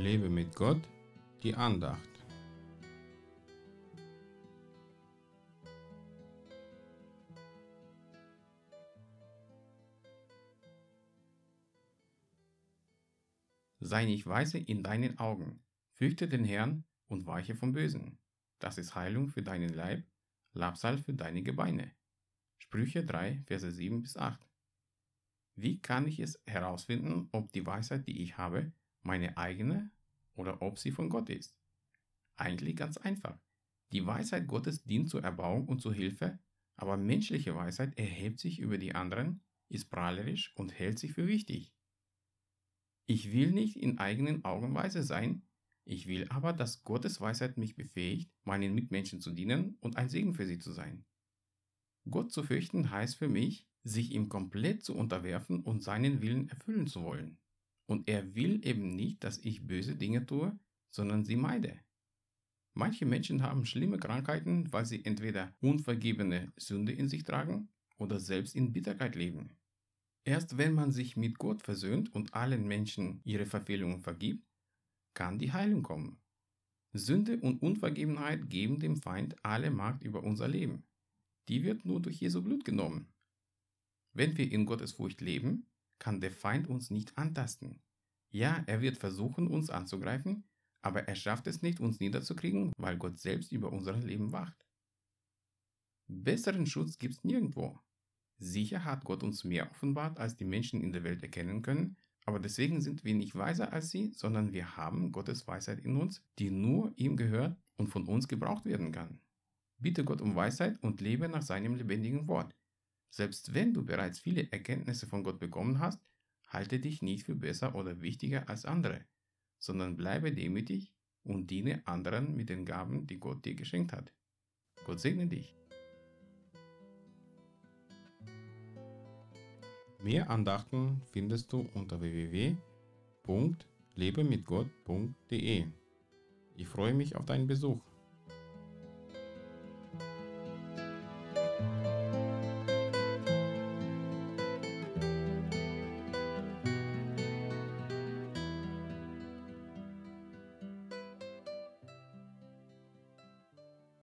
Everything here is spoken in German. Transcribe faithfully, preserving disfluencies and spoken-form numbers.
Lebe mit Gott, die Andacht. Sei nicht weise in deinen Augen, fürchte den Herrn und weiche vom Bösen. Das ist Heilung für deinen Leib, Labsal für deine Gebeine. Sprüche drei, Verse sieben bis acht. Wie kann ich es herausfinden, ob die Weisheit, die ich habe, meine eigene oder ob sie von Gott ist? Eigentlich ganz einfach. Die Weisheit Gottes dient zur Erbauung und zur Hilfe, aber menschliche Weisheit erhebt sich über die anderen, ist prahlerisch und hält sich für wichtig. Ich will nicht in eigenen Augen weise sein, ich will aber, dass Gottes Weisheit mich befähigt, meinen Mitmenschen zu dienen und ein Segen für sie zu sein. Gott zu fürchten heißt für mich, sich ihm komplett zu unterwerfen und seinen Willen erfüllen zu wollen. Und er will eben nicht, dass ich böse Dinge tue, sondern sie meide. Manche Menschen haben schlimme Krankheiten, weil sie entweder unvergebene Sünde in sich tragen oder selbst in Bitterkeit leben. Erst wenn man sich mit Gott versöhnt und allen Menschen ihre Verfehlungen vergibt, kann die Heilung kommen. Sünde und Unvergebenheit geben dem Feind alle Macht über unser Leben. Die wird nur durch Jesu Blut genommen. Wenn wir in Gottes Furcht leben, kann der Feind uns nicht antasten. Ja, er wird versuchen, uns anzugreifen, aber er schafft es nicht, uns niederzukriegen, weil Gott selbst über unser Leben wacht. Besseren Schutz gibt's nirgendwo. Sicher hat Gott uns mehr offenbart, als die Menschen in der Welt erkennen können, aber deswegen sind wir nicht weiser als sie, sondern wir haben Gottes Weisheit in uns, die nur ihm gehört und von uns gebraucht werden kann. Bitte Gott um Weisheit und lebe nach seinem lebendigen Wort. Selbst wenn du bereits viele Erkenntnisse von Gott bekommen hast, halte dich nicht für besser oder wichtiger als andere, sondern bleibe demütig und diene anderen mit den Gaben, die Gott dir geschenkt hat. Gott segne dich. Mehr Andachten findest du unter w w w punkt lebe mit gott punkt de. Ich freue mich auf deinen Besuch.